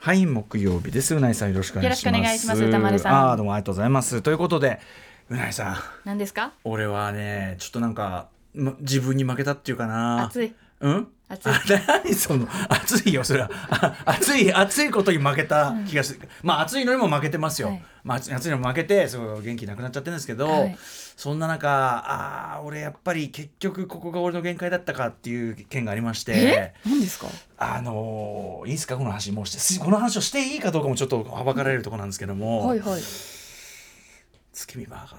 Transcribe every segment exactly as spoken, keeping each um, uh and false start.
はい、木曜日です。うないさんよろしくお願いします。 よろしくお願いします。歌丸さん。 あーどうもありがとうございます。ということでうないさん、 何ですか？ 俺はねちょっとなんか、ま、自分に負けたっていうかな。 熱い。 うん熱い。 何その熱いよそれは熱い熱いことに負けた気がする、うん、まあ熱いのにも負けてますよ、はい、まあ、熱いのにも負けてすごい元気なくなっちゃってるんですけど、はい、そんな中あー俺やっぱり結局ここが俺の限界だったかっていう件がありまして。 え何ですか？ あのー、いいですかこの話もうしてこの話をしていいかどうかもちょっとはばかられるところなんですけども、 はいはい、 月見バーガー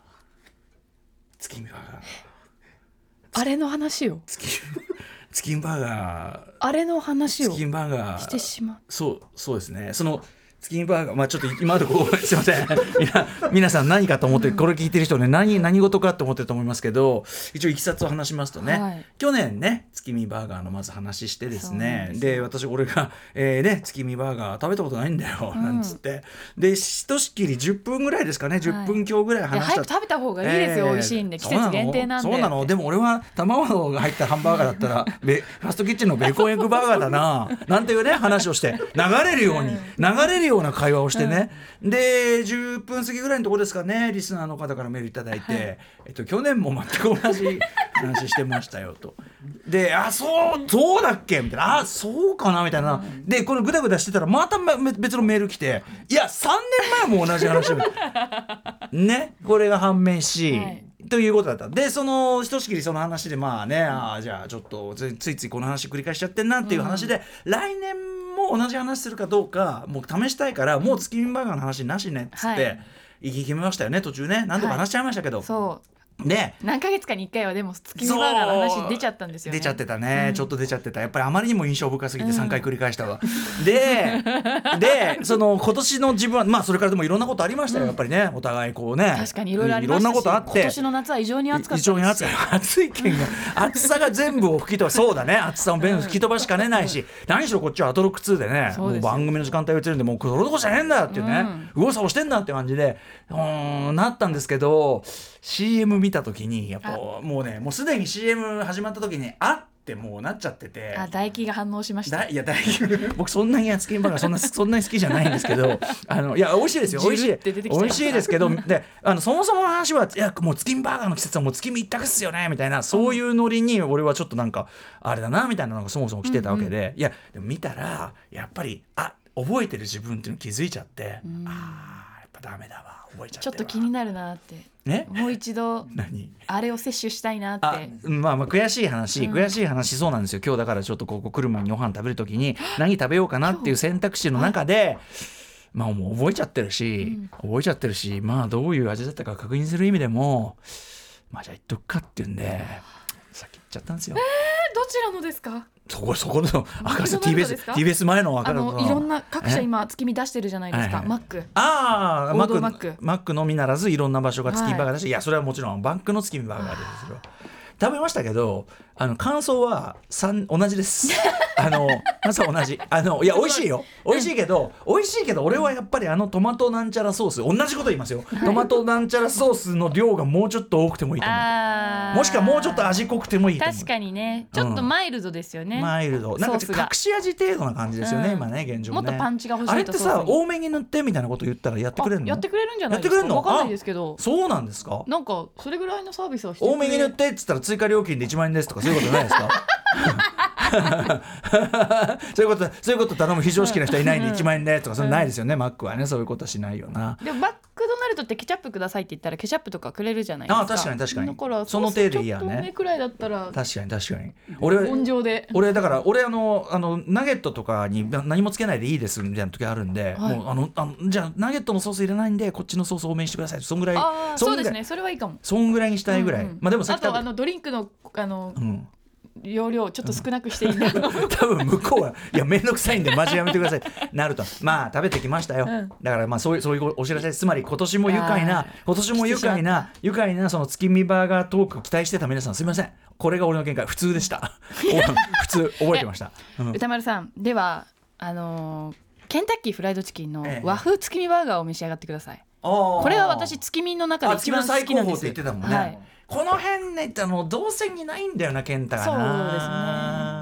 月見バーガーあれの話を月月見バーガーあれの話を月見バーガーしてしまう。 そうそうですね。その月見バーガー、まあちょっと今までこうすいません皆さん何かと思ってこれ聞いてる人ね、何何事かと思ってると思いますけど、一応いきさつを話しますとね、はい、去年ね月見バーガーのまず話してですね、で, で私俺が、えーね、月見バーガー食べたことないんだよ、うん、なんつってでひとしきりじゅっぷんぐらいですかね、じゅっぷん強ぐらい話した、 はい、早く食べた方がいいですよ、えー、美味しいんで季節限定なんで。 そうなの。でも俺は卵が入ったハンバーガーだったらベファストキッチンのベーコンエッグバーガーだななんていうね話をして流れるように流れるような会話をしてね、うん、でじゅっぷん過ぎぐらいのところですかね、リスナーの方からメールいただいて、はい、えっと、去年も全く同じ話してましたよと。で、あ、そうそうだっけみたいな、あ、そうかなみたいな、うん、でこれグダグダしてたらまた別のメール来て、いやさんねんまえも同じ話ね、これが判明し、はい、ということだった。でそのひとしきりその話でまあね、ああじゃあちょっとついついこの話繰り返しちゃってんなっていう話で、うん、来年も同じ話するかどうかもう試したいからもう月見バーガーの話なしねっつって、はい、言い決めましたよね。途中ね何度か話しちゃいましたけど、はい、 そうね、 何ヶ月かにいっかいはでも月見バーガーの話出ちゃったんですよね。 出ちゃってたね、うん、ちょっと出ちゃってた。やっぱりあまりにも印象深すぎてさんかい繰り返したわ、うん、ででその今年の自分はまあそれからでもいろんなことありましたよ、うん、やっぱりねお互いこうね、 確かにいろいろありましたし、いろんなことあって今年の夏は異常に暑かったです。 異常に暑い暑い県が暑さが全部を吹き飛ばそうだね、暑さを全部吹き飛ばしかねないし、うん、何しろこっちはアトロックツーでね、もう番組の時間帯を言ってるんでもうこれどこじゃねえんだっていうね、うん、右往左往してんだって感じでうーんなったんですけど、 シーエム 見た時にやっぱもうね、もうすでに シーエム 始まった時にあってもうなっちゃってて、 あ、唾液が反応しました。 いや唾液僕そんなに月見バーガーそんなそんなに好きじゃないんですけどあのいや美味しいですよ、美味しい美味しいですけど、であのそもそもの話はいやもう月見バーガーの季節はもう月見一択っすよねみたいな、そういうノリに俺はちょっっとなんかあれだなみたいなのがそもそも来てたわけで、うんうん、いやでも見たらやっぱりあ覚えてる自分っていうの気づいちゃって、うん、あやっぱダメだわ、覚えちゃってちょっと気になるなって、 ね、 もう一度何あれを摂取したいなって。 あ、まあ、まあ悔しい話、うん、悔しい話そうなんですよ。今日だからちょっとここ来る前にご飯食べるときに何食べようかなっていう選択肢の中でまあもう覚えちゃってるし、うん、覚えちゃってるし、まあどういう味だったか確認する意味でもまあじゃあ言っとくかっていうんでさっき言っちゃったんですよ。 えー、どちらのですか？ そこそこの赤瀬 ティービーエス ティービーエス 前の赤あのいろんな各社今月見出してるじゃないですか、はいはい、マック、 ああマックマックのみならずいろんな場所が月見バーガーだし、はい、いやそれはもちろんバンクの月見バーガーですよ。食べましたけどあの感想はさん同じですあの感想は同じあのいや美味しいよ美味しいけど美味しいけど俺はやっぱりあのトマトなんちゃらソース同じこと言いますよ、はい、トマトなんちゃらソースの量がもうちょっと多くてもいいと思う、もしくはもうちょっと味濃くてもいいと思う。 確かにねちょっとマイルドですよね、 うん、マイルドなんか隠し味程度な感じですよね、うん、今ね現状ね。 もっとパンチが欲しいと。 あれってさ多めに塗ってみたいなこと言ったらやってくれるの？ やってくれるんじゃないですか。分かんないですけど。 そうなんですか。 なんかそれぐらいのサービスはしてくれる。 多めに塗ってって言ったら追加料金でいちまんえんですとかそういうことないですかそういうことそういうこと頼む非常識な人はいないんでいちまんえんでとかそれないですよね、うん、マックはねそういうことはしないよな。 でもマックドナルドってケチャップくださいって言ったらケチャップとかくれるじゃないですか。 あ確かに確かに。 だからその程度いいやね。 ちょっと多めくらいだったら確かに確かに。俺本上で俺だから俺あのあのナゲットとかに何もつけないでいいですみたいな時あるんで、はい、もうあのあのじゃあナゲットのソース入れないんでこっちのソース多めにしてください。そんぐらい。 あそうですねそれはいいかも。 そんぐらいにしたいぐらい、うんうん、まあでもさっきあとあのドリンクのあの、うん容量ちょっと少なくしていいんだ、うん、 多分向こうはいやめんどくさいんでマジやめてくださいなるとまあ食べてきましたよ、うん、だからまあそういうそういうお知らせです。つまり今年も愉快な今年も愉快な愉快なその月見バーガートーク期待してた皆さんすみません、これが俺の見解普通でした普通覚えてました、 うん、歌丸さんではあのー、ケンタッキーフライドチキンの和風月見バーガーを召し上がってください、ええ、これは私月見の中で一番好きなんです。 月見の最高峰って言ってたもんね、はい、この辺ねあの動線にないんだよな健太がな。 そうですね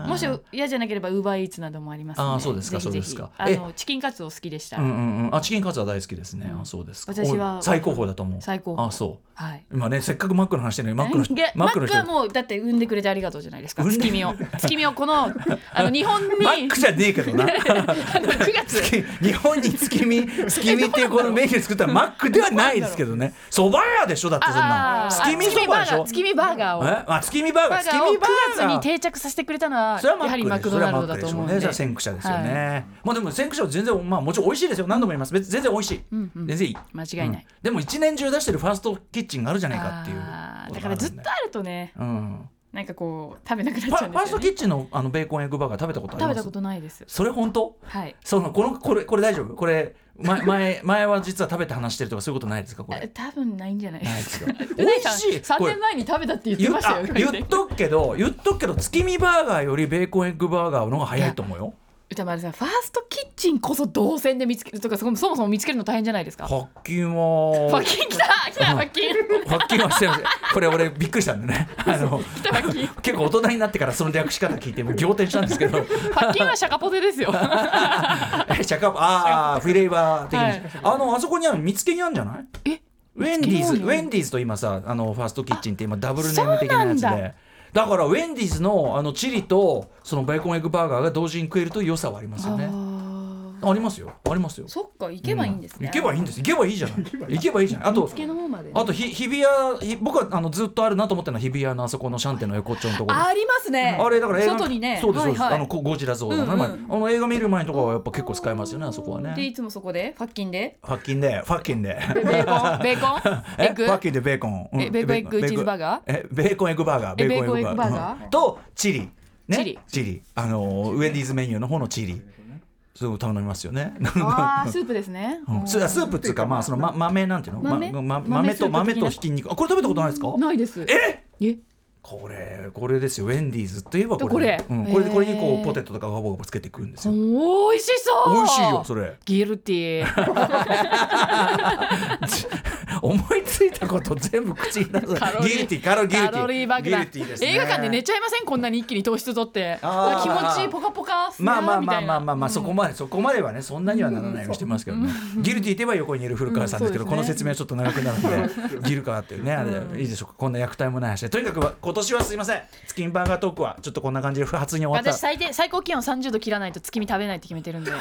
もし嫌じゃなければウーバーイーツなどもありますので。 あそうですか、 ぜひぜひそうですか。 あのチキンカツお好きでした。 うんうんうん、あチキンカツは大好きですね。 うん、 あそうですか。 私は最高峰だと思う。 最高峰。 あそう。 はい。 今ねせっかくマックの話してるのにマックの人マックはもうだって産んでくれてありがとうじゃないですか。月見を月見をこのあの日本にマックじゃねえけどな。 あのくがつ日本に月見月見っていうこのメニュー作ったらマックではないですけどね。蕎麦屋でしょだってそんな。月見蕎麦でしょ。 月見バーガーを。 えあ月見バーガー。月見バーガー。 くがつに定着させてくれたのはやはりマクドナルドだと思うんで。 それは先駆者ですよね。まあでも先駆者は全然まあもちろん美味しいですよ。何度も言います。別全然美味しい。全然いい。 間違いない。 でも一年中出してるファーストキッチンがあるじゃないかっていう。 だからずっとあるとね。うん。なんかこう食べなくなっちゃうんですよね。 ファーストキッチンのあのベーコンエッグバーガー食べたことあります？ 食べたことないです。 それ本当？ はい。 そのこのこれこれ大丈夫？これ前前前は実は食べて話してるとかそういうことないですかこれ？ 多分ないんじゃないですか。 美味しい。 さんねんまえに食べたって言ってましたよ。 言っとくけど言っとくけど月見バーガーよりベーコンエッグバーガーの方が早いと思うよ。 歌丸さんファーストキッチンこそ動線で見つけるとかそもそも見つけるの大変じゃないですか。 発金は発金来た来た発金発金はしてます。これ俺びっくりしたんでね。あの結構大人になってからその略し方聞いてもう仰天したんですけど。 発金はシャカポテですよ。 シャカああフレーバー的に、はい、あのあそこにある見つけにあるんじゃない？えウェンディーズウェンディーズと今さあのファーストキッチンって今ダブルネーム的なやつで。だからウェンディーズ の, あのチリとそのベーコンエッグバーガーが同時に食えるという良さはありますよね。ありますよありますよ。 そっか行けばいいんですね、 うん、行けばいいんです行けばいいじゃない行けばいいじゃないあと見つけの方まで、ね、 あとひ日比谷僕はあのずっとあるなと思ってるのは日比谷のあそこのシャンテの横っちょのところありますね。 あれだから映画外にねそうですそうです、 はいはい、 あのゴジラ像だな、うんうん、あの映画見る前とかはやっぱ結構使えますよねあそこはね。 でいつもそこでファッキンでファッキンでファッキンでベーコンベーコンエッグファッキンでベーコン、 うん、えベーコンエッグチーズバーガーえベーコンエッグバーガーベーコンエッグバーガー、 うん、とチリねチリチリあのウェンディーズメニューの方のチリそう頼みますよね。 あースープですね。 うん、スープっていうかまあその、ま、豆なんていうの豆、 まま、豆と豆とひき肉あこれ食べたことないですか？ ないです。 ええこれこれですよウェンディーズといえばこれこれ、 うん、これこれにこうポテトとかガボガボつけていくんですよ。 おいしそう。 美味しいよそれ。 ギルティー思いついたこと全部口に出す。ギルティカロギルティカロリー爆弾、 ギルティですね。 映画館で寝ちゃいませんこんなに一気に糖質取って気持ちいいポカポカすまあまあまあまあまあ、まあ、 うん、 そこまでそこまではねそんなにはならないようにしてますけどね、うん、ギルティといえば横にいる古川さんですけど、うんね、この説明はちょっと長くなるのでギルカーっていうねあれ、うん、いいでしょうか。こんな役体もない話でとにかく今年はすいません月見バーガートークはちょっとこんな感じで不発に終わった。 私最低最高気温さんじゅうど切らないと月見食べないって決めてるんで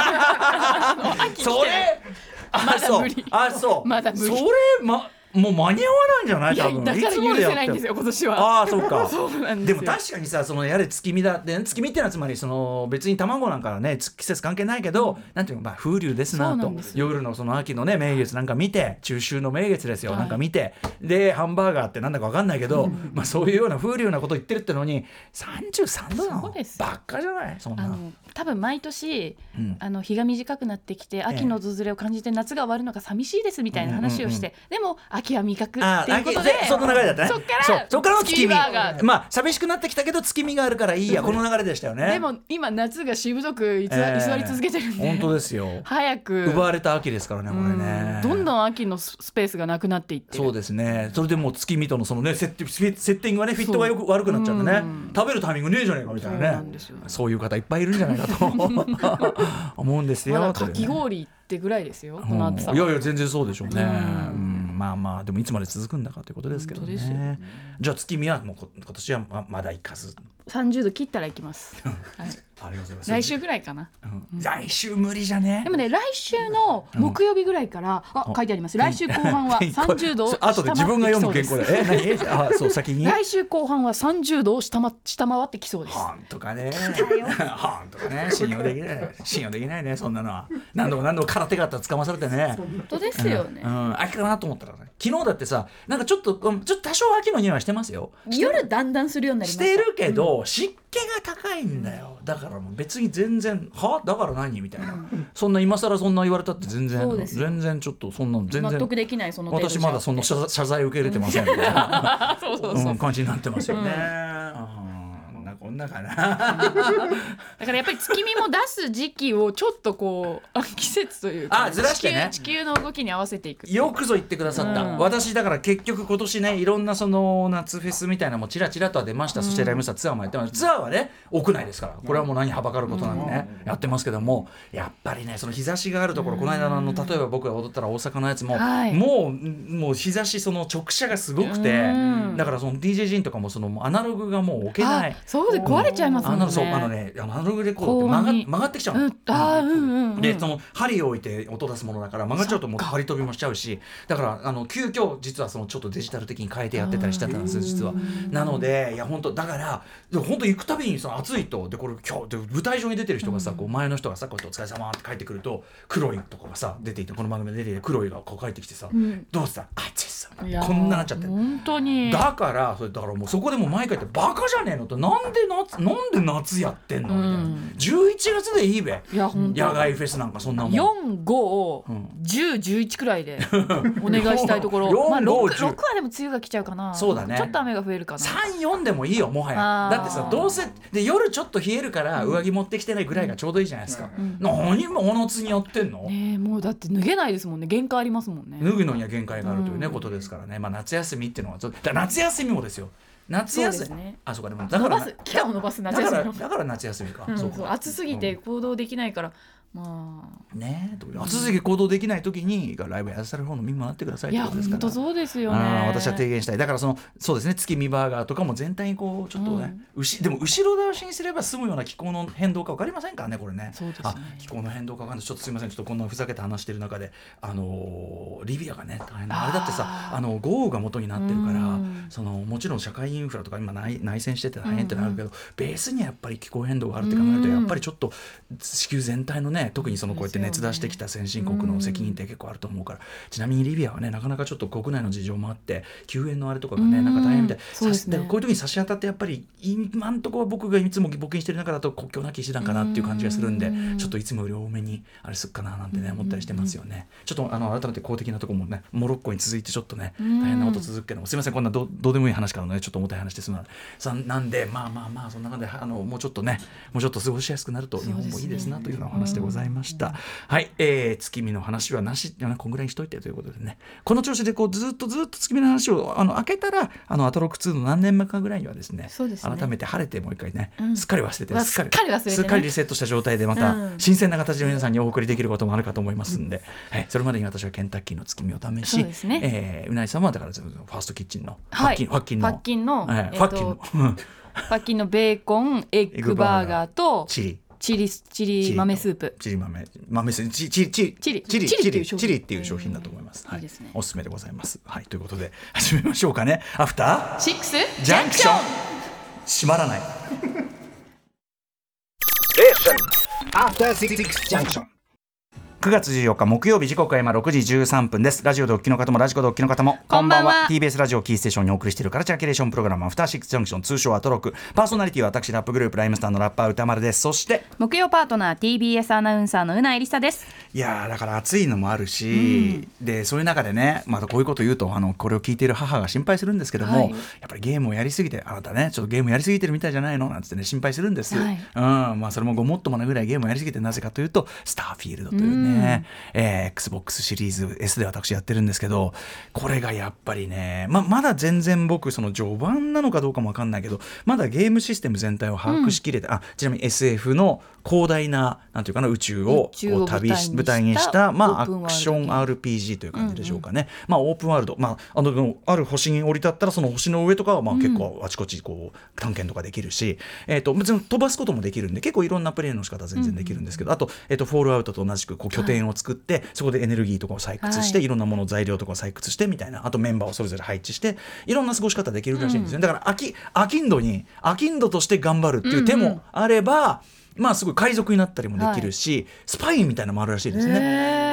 それまだ無理あそうまだ無理それまもう間に合わないんじゃない多分。 いやだから許せないんですよ今年は。 ああそうかそうなんですよ。 でも確かにさそのやれ月見だって月見ってのはつまりその別に卵なんかはね季節関係ないけど、うん、なんていうのまあ風流ですなと夜のその秋のね名月なんか見て中秋の名月ですよ、はい、なんか見てでハンバーガーってなんだか分かんないけど、うん、まあそういうような風流なこと言ってるってのにさんじゅうさんどなのばっかじゃないそんな。 あの多分毎年、うん、あの日が短くなってきて秋の訪れを感じて夏が終わるのが寂しいですみたいな話をして、うんうんうん、でも秋は味覚っていうことでその流れだったね。 そっからそっからの月見まあ寂しくなってきたけど月見があるからいいやこの流れでしたよね。 でも今夏がしぶとく居座り続けてるんで、 えー、本当ですよ。 早く奪われた秋ですからねこれね。 どんどん秋のスペースがなくなっていってる。 そうですね。それでもう月見とのそのねセッティ、セッティングがねフィットがよく悪くなっちゃうんでね食べるタイミングねえじゃねえかみたいなね。そうなんですよね。そういう方いっぱいいるんじゃないかと思うんですよ。 まだかき氷ってぐらいですよこの暑さ、 うん、いやいや全然そうでしょうね。うん、まあまあでもいつまで続くんだかということですけどね。ねじゃあ月見はもう今年は ま, まだ行かずさんじゅうど切ったら行きます、はい、 ありがとうございます。 来週ぐらいかな、 うん、来週無理じゃね。 でもね来週の木曜日ぐらいから、うん、あ書いてあります。来週後半はさんじゅうどを下回ってきそうです。 後で自分が読む原稿でえ何あそう先に来週後半はさんじゅうどを下回ってきそうです。 ほんとかねほんとかね信用できない信用できないねそんなのは。何度も何度も空手があったら捕まされてね本当ですよね、 うんうん、秋かなと思ったら、ね、昨日だってさなんかちょっとちょっと多少秋の匂いはしてますよ。 夜だんだんするようになりました。 してるけど、うん、湿気が高いんだよ。だからもう別に全然はだから何みたいな、うん、そんな今更そんな言われたって全然全然ちょっとそんな全然納得できない。その私まだその 謝, 謝罪受け入れてませんみたいなそうそうそう、 うん、感じになってますよね、 うんうん、なこんなかなだからやっぱり月見も出す時期をちょっとこう季節というかあずらしてね地球、地球の動きに合わせていくよくぞ言ってくださった、うん、私だから結局今年ねいろんなその夏フェスみたいなのもちらちらとは出ました、うん、そしてライムスターツアーもやってます。ツアーはね屋内ですからこれはもう何はばかることなんでね、うん、やってますけどもやっぱりねその日差しがあるところ、うん、この間のあの例えば僕が踊ったら大阪のやつも、はい、もうもう日差しその直射がすごくて、うん、だからその ディージェー ジンとかもそのアナログがもう置けない。 そうで壊れちゃいますもんね。 そうあのねアナログレコードって曲が、曲がってきちゃうの、うんあうんうんうん、でその針を置いて音出すものだから曲がっちゃうともう針飛びもしちゃうしだからあの急遽実はそのちょっとデジタル的に変えてやってたりしてたんです実は。なのでいや本当だから本当行くたびにその暑いとでこれ今日で舞台上に出てる人がさ、うん、こう前の人がさこうやってお疲れ様って帰ってくると黒いとかがさ出ていてこの番組で出ていて黒いがこう帰ってきてさ、うん、どうした暑いっすこんななっちゃって本当にだからそれだからもうそこでもう毎回言ってバカじゃねえのとなんで夏なんで夏やってんのみたいな、うん、じゅういちがつでいいべいや野外フェスなんかそんなもんよん、ご、じゅう、じゅういちくらいでお願いしたいところまあ、ろく, ろくはでも梅雨が来ちゃうかな。そうだねちょっと雨が増えるかな。 さん、よんでもいいよもはやだってさどうせで夜ちょっと冷えるから上着持ってきてないぐらいがちょうどいいじゃないですか、うん、何もお夏にやってんの、 ね、もうだって脱げないですもんね限界ありますもんね。 脱ぐのには限界があるというね、うん、ことですからね、まあ、夏休みっていうのはだ夏休みもですよ夏休み、ね、あそうかでもだから伸ばす期間を伸ばす夏休みだからだから夏休みか、 うん、 そうかそう暑すぎて行動できないから、うんまあね、暑すぎて行動できない時にライブやらせる方の身もなってくださいってことですから。 いや本当そうですよね。 あ私は提言したい。だからそのそうですね月見バーガーとかも全体にこうちょっとね、うん、牛でも後ろ倒しにすれば済むような気候の変動か分かりませんからねこれね。 そうですね。 あ気候の変動か分かんないちょっとすいませんちょっとこんなふざけて話してる中であのー、リビアがね大変なあれだってさあの豪雨が元になってるからそのもちろん社会インフラとか今 内, 内戦してて大変ってなるけど、うんうん、ベースにはやっぱり気候変動があるって考えるとやっぱりちょっと地球全体のね特にそのこうやって熱出してきた先進国の責任って結構あると思うから、うん、ちなみにリビアはねなかなかちょっと国内の事情もあって救援のあれとかがねなんか大変みたい、そうですね、こういう時に差し当たってやっぱり今んところ僕がいつも募金してる中だと国境なき医師団かなっていう感じがするんでちょっといつもより多めにあれすっかななんてね思ったりしてますよね。ちょっとあの改めて公的なところもねモロッコに続いてちょっとね大変なこと続くけどもすいませんこんな ど, どうでもいい話からのねちょっと重たい話ですのでなんでまあまあまあそんな感じであのもうちょっとねもうちょっと過ごしやすくなると日本もいいですなというようなお話でございました。はい、えー、月見の話はなしこんぐらいにしといてということでねこの調子でこうずっとずっと月見の話をあの開けたらあのアトロックツーの何年目かぐらいにはですね、 そうですね改めて晴れてもう一回ね、うん、すっかり忘れてすっかり忘れて、ね、 すっかりリセットした状態でまた新鮮な形で皆さんにお送りできることもあるかと思いますんで、うんはい、それまでに私はケンタッキーの月見を試しそうですね、 えー、うなぎさんはだからファーストキッチンのファッキンのファッキンのファッキンのファッキンのベーコンエッグバーガーとチリチリチリ豆スープチリ豆豆スープチチチチリチリチリチリっていう商品だと思います、はい、いいですね、おすすめでございます、はい、ということで始めましょうかね。アフターシックスジャンクション閉まらないアフターシックスジャンクションくがつじゅうよっか木曜日時刻は今ろくじじゅうさんぷんです。ラジオでお聞きの方もラジコでお聞きの方もこんばんは。 ティービーエス ラジオキーステーションにお送りしているカルチャーキュレーションプログラムアフターシックスジャンクション通称アトロック。パーソナリティは私ラップグループライムスターのラッパー歌丸です。そして木曜パートナー ティービーエス アナウンサーのうないりさです。 いやだから暑いのもあるし、うん、でそういう中でねまたこういうこと言うとあのこれを聞いている母が心配するんですけども、はい、やっぱりゲームをやりすぎてあなたねちょっとゲームやりすぎてるみたいじゃないのなんてね心配するんです、はいうんまあ、それもごもっともなぐらいゲームをやりすぎてなぜかというとスターフィールドというね、うんえー、Xbox シリーズ S で私やってるんですけどこれがやっぱりね ま, まだ全然僕その序盤なのかどうかも分かんないけどまだゲームシステム全体を把握しきれて、うん、あちなみに エスエフ の広大ななんていうかな宇宙をこう旅し舞台にした、まあ、アクション アールピージー という感じでしょうかね、うんうんまあ、オープンワールド、まあ、あのある星に降り立ったらその星の上とかはまあ結構あちこちこう探検とかできるし、うんえー、と別に飛ばすこともできるんで結構いろんなプレイの仕方全然できるんですけど、うん、あと、えー、とフォールアウトと同じくこう拠点を作って、はい、そこでエネルギーとかを採掘して、はい、いろんなもの材料とかを採掘してみたいなあとメンバーをそれぞれ配置していろんな過ごし方できるらしいんですよ、うん、だから飽き飽きんどに飽きんどとして頑張るっていう手もあれば、うんうんまあすごい海賊になったりもできるし、はい、スパイみたいなのもあるらしいですね。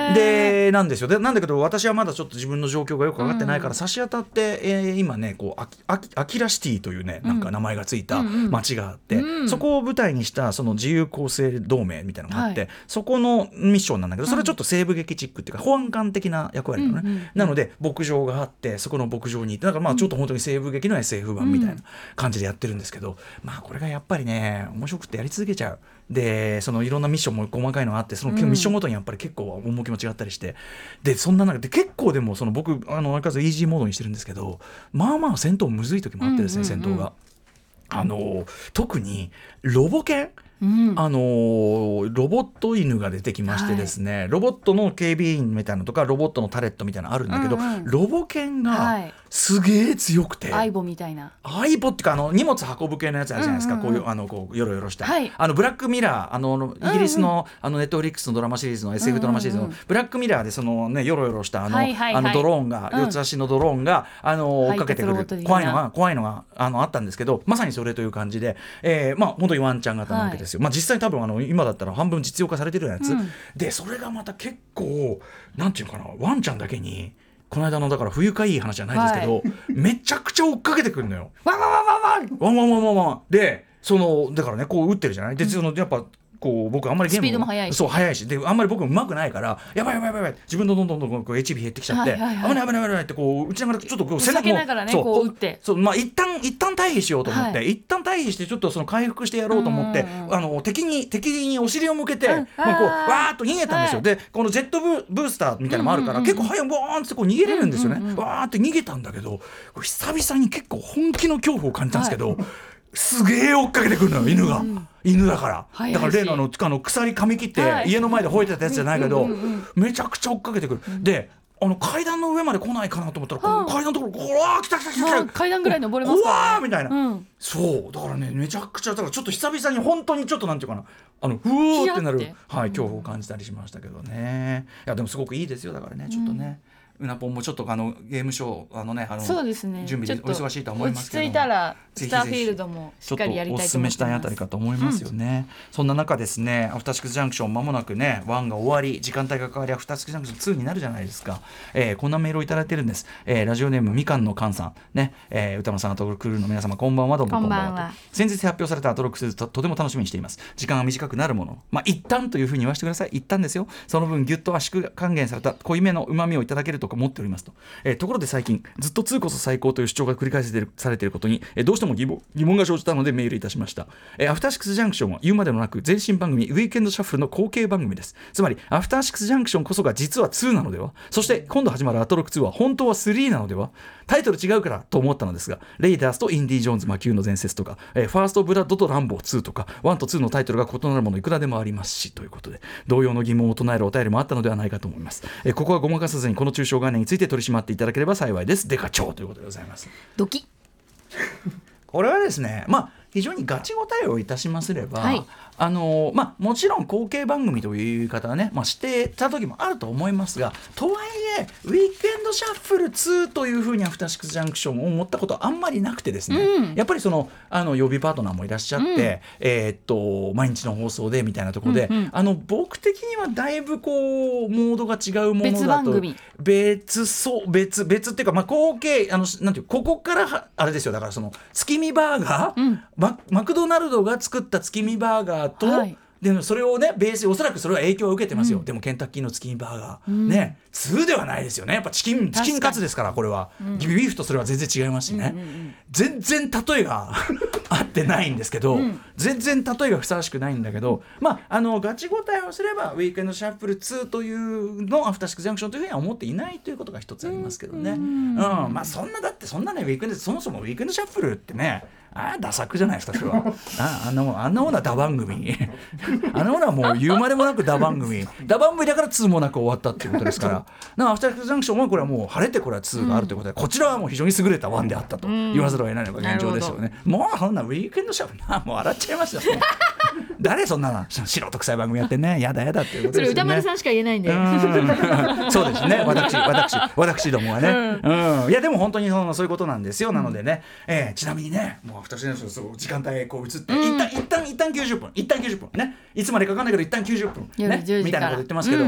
でなんですよ。でなんだけど私はまだちょっと自分の状況がよく分かってないから、うん、差し当たって、えー、今ねこうアキ、アキラシティというねなんか名前がついた町があって、うん、そこを舞台にしたその自由公正同盟みたいなのがあって、はい、そこのミッションなんだけど、それはちょっと西部劇チックっていうか保安官的な役割なのね、うんうんうん、なので牧場があってそこの牧場に行ってだからまあちょっと本当に西部劇の エスエフ 版みたいな感じでやってるんですけど、まあこれがやっぱりね面白くてやり続けちゃう。でそのいろんなミッションも細かいのがあってそのミッションごとにやっぱり結構趣も違ったりして、でそんな中で結構でもその僕あの相変わらずイージーモードにしてるんですけど、まあまあ戦闘むずい時もあってですね、うんうんうん、戦闘があの特にロボ犬うん、あのー、ロボット犬が出てきましてですね、はい、ロボットの警備員みたいなのとかロボットのタレットみたいなのあるんだけど、うんうん、ロボ犬がすげえ強くて、 アイボみたいなアイボっていうかあの荷物運ぶ系のやつあるじゃないですか、うんうんうん、こういうあのこうヨロヨロした、はい、あのブラックミラーあのイギリスの、うんうん、あのネットフリックスのドラマシリーズの エスエフ ドラマシリーズの、うんうんうん、ブラックミラーでそのねヨロヨロしたあの、はいはいはい、あのドローンが、うん、四つ足のドローンがあの追っかけてくる、はい、怖いのが怖いのがあのあったんですけど、まさにそれという感じで、えー、まあ本当にワンちゃん型なわけですよ、はい、まあ実際多分あの今だったら半分実用化されてるやつ、うん、でそれがまた結構なんていうかなワンちゃんだけにこの間のだから不愉快いい話じゃないですけど、はい、めちゃくちゃ追っかけてくるのよ。ワンワンワンワンワンワンワンワンワンワンでそのだからねこう打ってるじゃないで、そのやっぱこう僕あんまりゲームスピードも速いしそう速いしであんまり僕上手くないからやばいやばいやばいやばい自分のどんどんどんどんこう エイチピー 減ってきちゃって、はいはいはい、危ない危ない危ないってこう打ちながらちょっとこう背中も避けながらねこう打ってそうまあ一旦一旦退避しようと思って、はい、一旦退避してちょっとその回復してやろうと思ってあの敵に敵にお尻を向けて、うん、まあ、こうわーっと逃げたんですよ、はい、でこのジェット ブ, ブースターみたいなのもあるから、うんうんうん、結構早いボーンってこう逃げれるんですよね、うんうんうん、わーって逃げたんだけど久々に結構本気の恐怖を感じたんですけど、はいすげえ追っかけてくるのよ犬が、うん、犬だからだから例のあのあの鎖噛み切って家の前で吠えてたやつじゃないけど、はい、めちゃくちゃ追っかけてくる、うん、であの階段の上まで来ないかなと思ったら、うん、階段のところうわー来た来た来た来た階段ぐらい登れますから、ね、うわーみたいな、 うん、 そうだからねめちゃくちゃだからちょっと久々に本当にちょっとなんていうかなあのうおーってなるはい、恐怖を感じたりしましたけどね。いやでもすごくいいですよだからねちょっとね、うんうなぽんもちょっとあのゲームショーあのねあのそうですね準備でお忙しいとは思いますけど落ち着いたらスターフィールドもしっかりやりたいと思ってます。ちょっとお勧めしたいあたりかと思いますよね、うん、そんな中ですねアフターシックスジャンクションまもなくねワンが終わり時間帯が変わりアフターシックスジャンクションツーになるじゃないですか、えー、こんなメールをいただいてるんです、えー、ラジオネームみかんのかんさんね、えー、歌丸さんアトロッククルーの皆様こんばんはどうもこんばんは。先日発表されたアトロックスー と, とても楽しみにしています。時間が短くなるものまあ一旦というふうに言わせてください。一旦ですよ。その分ギュッと圧縮還元された濃いめの旨味をいただけると思っておりますと、えー、ところで最近ずっとツーこそ最高という主張が繰り返されていることに、えー、どうしても疑問、疑問が生じたのでメールいたしました、えー、アフターシックスジャンクションは言うまでもなく前身番組ウィークエンドシャッフルの後継番組です。つまりアフターシックスジャンクションこそが実はツーなのでは。そして今度始まるアトロックツーは本当はスリーなのでは。タイトル違うからと思ったのですがレイダースとインディ・ジョーンズ魔宮の伝説とか、えー、ファーストブラッドとランボーツーとかワンとツーのタイトルが異なるものいくらでもありますしということで同様の疑問を唱えるお便りもあったのではないかと思います、えー、ここはごまかさずにこの中小概念について取り締まっていただければ幸いです。デカ長ということでございます。 ドキこれはですねまあ非常にガチ答えをいたしますれば、はい、あのまあ、もちろん後継番組という言い方はね、まあ、してた時もあると思いますがとはいえウィークエンドシャッフルツーというふうにアフターシックスジャンクションを持ったことはあんまりなくてですね、うん、やっぱりそのあの予備パートナーもいらっしゃって、うん、えー、っと毎日の放送でみたいなところで、うんうん、あの僕的にはだいぶこうモードが違うものだと別番組別そう別別っていうか、まあ、後継あのなんていうここからあれですよだからその月見バーガー、うん、マ, マクドナルドが作った月見バーガーと、はい、でもそれをねベースおそらくそれは影響を受けてますよ、うん、でもケンタッキーの月見バーガー、うん、ねツーではないですよね。やっぱチキンチキンカツですからこれは、うん、ビーフとそれは全然違いますしね、うんうんうん、全然例えが合ってないんですけど、うん、全然例えがふさわしくないんだけど、まああのガチ答えをすればウィークエンドシャッフルツーというのアフターシックスジャンクションというふうには思っていないということが一つありますけどね、うん、うん、まあそんなだってそんなねウィークエンドそもそもウィークエンドシャッフルってねああダサくじゃないですかそれはあ, あんなもんあんなものはダ番組あんなものはもう言うまでもなくダ番組ダ番組だからツーもなく終わったっていうことですからだからアフターシックスジャンクションはこれはもう晴れてこれはツーがあるということで、うん、こちらはもう非常に優れたワンであったと言わざるを得ないのが現状ですよね、うん、もうそんなウィークエンドシャッフルなもう笑っちゃいましたよ誰そんな素人臭い番組やってねやだやだっていうことですよね。 それ歌丸さんしか言えないんでうんそうですね私私私どもはね、うんうん、いやでも本当にそのそういうことなんですよ。なのでね、えー、ちなみにねもうアフターシックスジャンクション時間帯こう移って、うん、一旦一旦一旦きゅうじゅっぷん一旦きゅうじゅっぷんねいつまでかかんないけど一旦きゅうじゅっぷんねみたいなこと言ってますけど、うん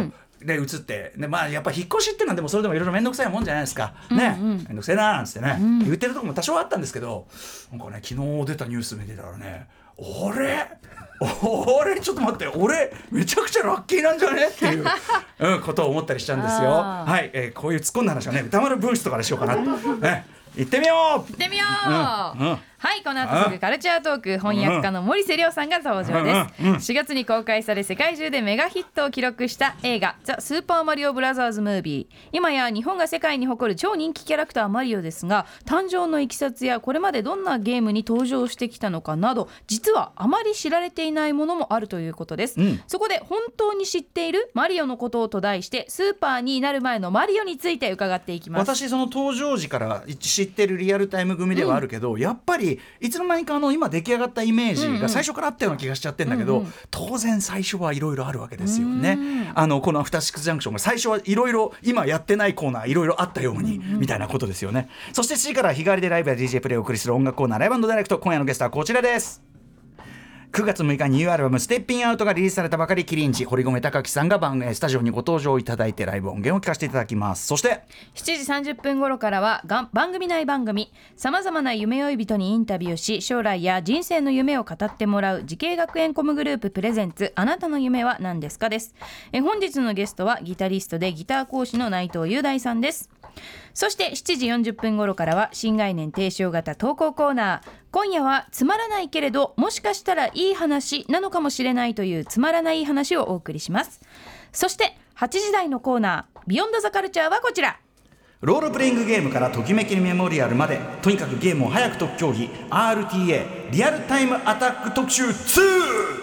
で移ってで、まあ、やっぱ引っ越しっていうのはでもそれでもいろいろ面倒くさいもんじゃないですか、ね、うんうん、面倒くせえなーなんつってね、うん、言ってるとこも多少あったんですけど、なんかね昨日出たニュース見てたらね、俺俺ちょっと待って、俺めちゃくちゃラッキーなんじゃねっていう、うん、ことを思ったりしたんですよ。はい、えー、こういう突っ込んだ話はね歌丸分室とかでしようかなと、ね、行ってみよう行ってみよう、うんうん、はい、この後すぐカルチャートーク、翻訳家の森瀬亮さんが登場です、うんうんうん、しがつに公開され世界中でメガヒットを記録した映画ザ・スーパーマリオブラザーズムービー。今や日本が世界に誇る超人気キャラクターマリオですが、誕生のいきさつやこれまでどんなゲームに登場してきたのかなど、実はあまり知られていないものもあるということです、うん、そこで本当に知っているマリオのことをと題してスーパーになる前のマリオについて伺っていきます。 私その登場時から知ってるリアルタイム組ではあるけど、うん、やっぱりいつの間にかあの今出来上がったイメージが最初からあったような気がしちゃってるんだけど、うんうん、当然最初はいろいろあるわけですよね。あのこのアフターシックスジャンクションが最初はいろいろ今やってないコーナーいろいろあったように、うんうん、みたいなことですよね。そしてしちじから日替わりでライブや ディージェー プレイをお送りする音楽コーナーライブ&ダイレクト。今夜のゲストはこちらです。くがつむいかニューアルバムステッピンアウトがリリースされたばかり、キリンジ堀米貴樹さんが番組スタジオにご登場いただいてライブ音源を聞かせていただきます。そしてしちじさんじゅっぷん頃からはが番組内番組、さまざまな夢追い人にインタビューし将来や人生の夢を語ってもらう慈恵学園コムグループプレゼンツあなたの夢は何ですかです。え本日のゲストはギタリストでギター講師の内藤雄大さんです。そしてしちじよんじゅっぷん頃からは新概念提唱型投稿コーナー。今夜はつまらないけれどもしかしたらいい話なのかもしれないというつまらない話をお送りします。そしてはちじ台のコーナービヨンドザカルチャーはこちら。 ロールプレイングゲームからときめきメモリアルまで、とにかくゲームを早く解く競技 アールティーエー リアルタイムアタック特集ツー。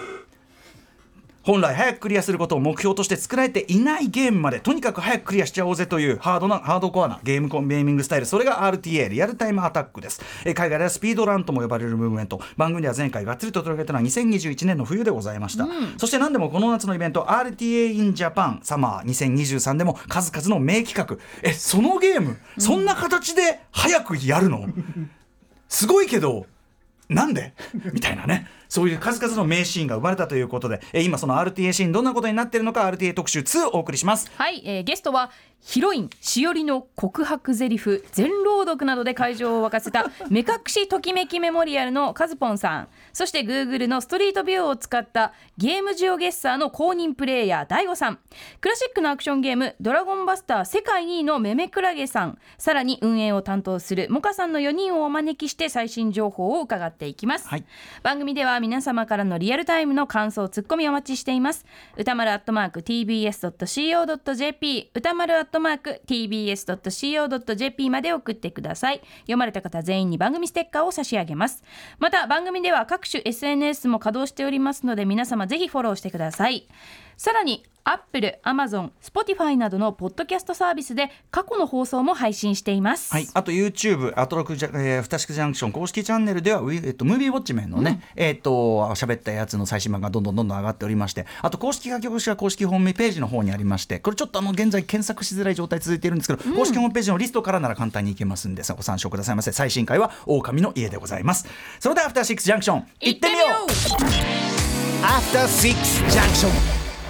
本来早くクリアすることを目標として作られていないゲームまでとにかく早くクリアしちゃおうぜというハードなハードコアなゲームコンゲーミングスタイル、それが アールティーエー リアルタイムアタックです。え海外ではスピードランとも呼ばれるムーブメント、番組では前回がっつりと取り上げたのはにせんにじゅういちねんの冬でございました、うん、そして何でもこの夏のイベント アールティーエー in Japan Summer にせんにじゅうさんでも数々の名企画、えそのゲーム、うん、そんな形で早くやるのすごいけどなんでみたいなね、そういう数々の名シーンが生まれたということで、えー、今その アールティーエー シーンどんなことになっているのか アールティーエー 特集ツーをお送りします。 はい、えー、ゲストはヒロインしおりの告白ゼリフ全朗読などで会場を沸かせた目隠しときめきメモリアルのカズポンさん、そして Google のストリートビューを使ったゲームジオゲッサーの公認プレイヤー大悟さん、クラシックのアクションゲームドラゴンバスター世界にいのメメクラゲさん、さらに運営を担当するモカさんのよにんをお招きして最新情報を伺っていきます、はい、番組では皆様からのリアルタイムの感想ツッコミお待ちしています。歌丸アットマーク ティービーエスドットシーオードットジェーピー 歌丸アットマーク ティービーエスドットシーオードットジェーピー まで送ってください。読まれた方全員に番組ステッカーを差し上げます。また番組では各種 エスエヌエス も稼働しておりますので皆様ぜひフォローしてください。さらにApple、Amazon、Spotify などのポッドキャストサービスで過去の放送も配信しています。 はい、あと YouTube、アトロクジャ、えー、アフターシックスジャンクション公式チャンネルでは、えっと、ムービーウォッチメンのね、うん、えっと喋ったやつの最新版がどんどんどんどん上がっておりまして、あと公式書き起こしは公式ホームページの方にありまして、これちょっとあの現在検索しづらい状態続いているんですけど、うん、公式ホームページのリストからなら簡単にいけますんでご参照くださいませ。最新回は狼の家でございます。それではアフターシックスジャンクション行ってみよう。アフターシックスジャンクション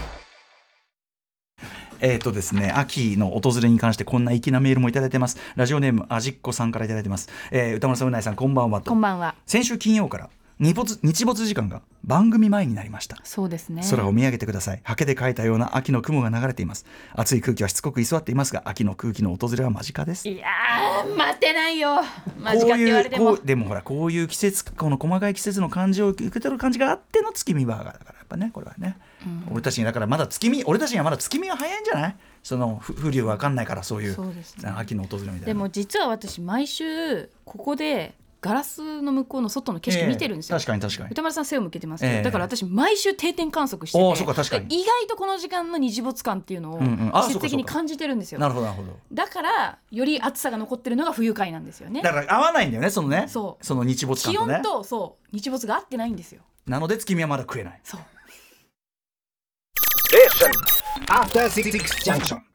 えーとですね、秋の訪れに関してこんな粋なメールもいただいてます。ラジオネームあじっこさんからいただいてます、えー、歌丸さん、うないさん、こんばんはと。 こんばんは。 先週金曜から日没、日没時間が番組前になりました。 そうですね。 空を見上げてください。刷毛で描いたような秋の雲が流れています。暑い空気はしつこく居座っていますが、秋の空気の訪れは間近です。 いやー待ってないよ、間近って言われても。 こういうこうでもほら、こういう季節、この細かい季節の感じを受け取る感じがあっての月見バーガーだから、やっぱね、これはね、うん、俺たちにだからまだ月見俺たちにはまだ月見が早いんじゃない。その風流わかんないから、そういう、そうですね、秋の訪れみたいな。 でも実は私毎週ここでガラスの向こうの外の景色見てるんですよ、 えー、確かに確かに。 歌丸さん背を向けてますけど、えー、だから私毎週定点観測してて、 おそうか確かに意外とこの時間の日没感っていうのを季節的に感じてるんですよ。 なるほどなるほど。 だからより暑さが残ってるのが冬回なんですよね。 だから合わないんだよね、そのね、 そうその日没感とね、 気温とそう日没が合ってないんですよ。 なので月見はまだ食えない。 そう。 アフターシックスジャンクション。